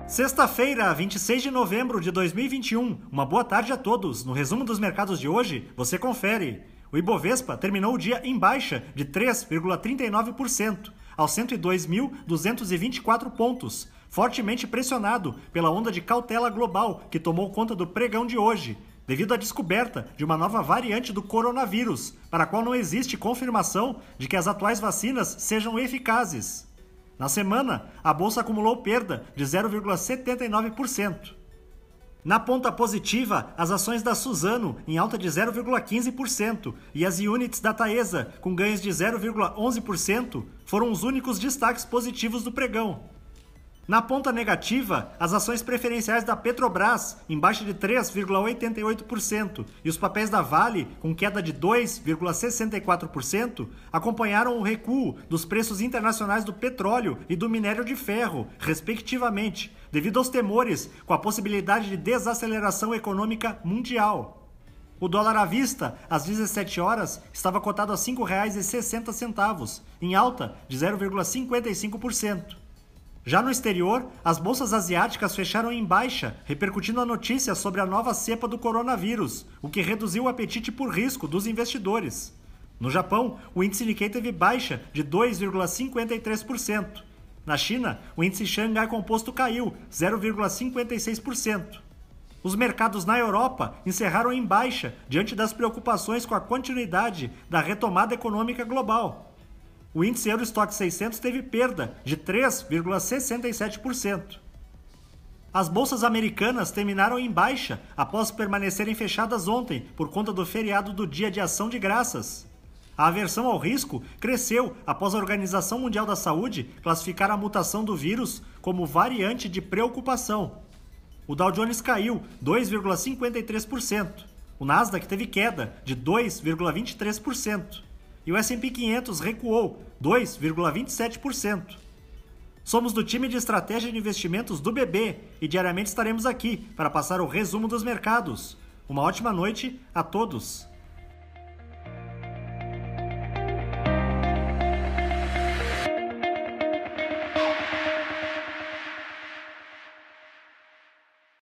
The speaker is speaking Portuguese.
Sexta-feira, 26 de novembro de 2021. Uma boa tarde a todos. No resumo dos mercados de hoje, você confere. O Ibovespa terminou o dia em baixa de 3,39%, aos 102.224 pontos, fortemente pressionado pela onda de cautela global que tomou conta do pregão de hoje, devido à descoberta de uma nova variante do coronavírus, para a qual não existe confirmação de que as atuais vacinas sejam eficazes. Na semana, a bolsa acumulou perda de 0,79%. Na ponta positiva, as ações da Suzano em alta de 0,15% e as units da Taesa com ganhos de 0,11% foram os únicos destaques positivos do pregão. Na ponta negativa, as ações preferenciais da Petrobras em baixa de 3,88% e os papéis da Vale com queda de 2,64% acompanharam o recuo dos preços internacionais do petróleo e do minério de ferro, respectivamente, devido aos temores com a possibilidade de desaceleração econômica mundial. O dólar à vista, às 17 horas, estava cotado a R$ 5,60, em alta de 0,55%. Já no exterior, as bolsas asiáticas fecharam em baixa, repercutindo a notícia sobre a nova cepa do coronavírus, o que reduziu o apetite por risco dos investidores. No Japão, o índice Nikkei teve baixa de 2,53%. Na China, o índice Xangai Composto caiu 0,56%. Os mercados na Europa encerraram em baixa diante das preocupações com a continuidade da retomada econômica global. O índice Eurostoxx 600 teve perda de 3,67%. As bolsas americanas terminaram em baixa após permanecerem fechadas ontem por conta do feriado do Dia de Ação de Graças. A aversão ao risco cresceu após a Organização Mundial da Saúde classificar a mutação do vírus como variante de preocupação. O Dow Jones caiu 2,53%. O Nasdaq teve queda de 2,23%. E o S&P 500 recuou 2,27%. Somos do time de estratégia de investimentos do BB e diariamente estaremos aqui para passar o resumo dos mercados. Uma ótima noite a todos.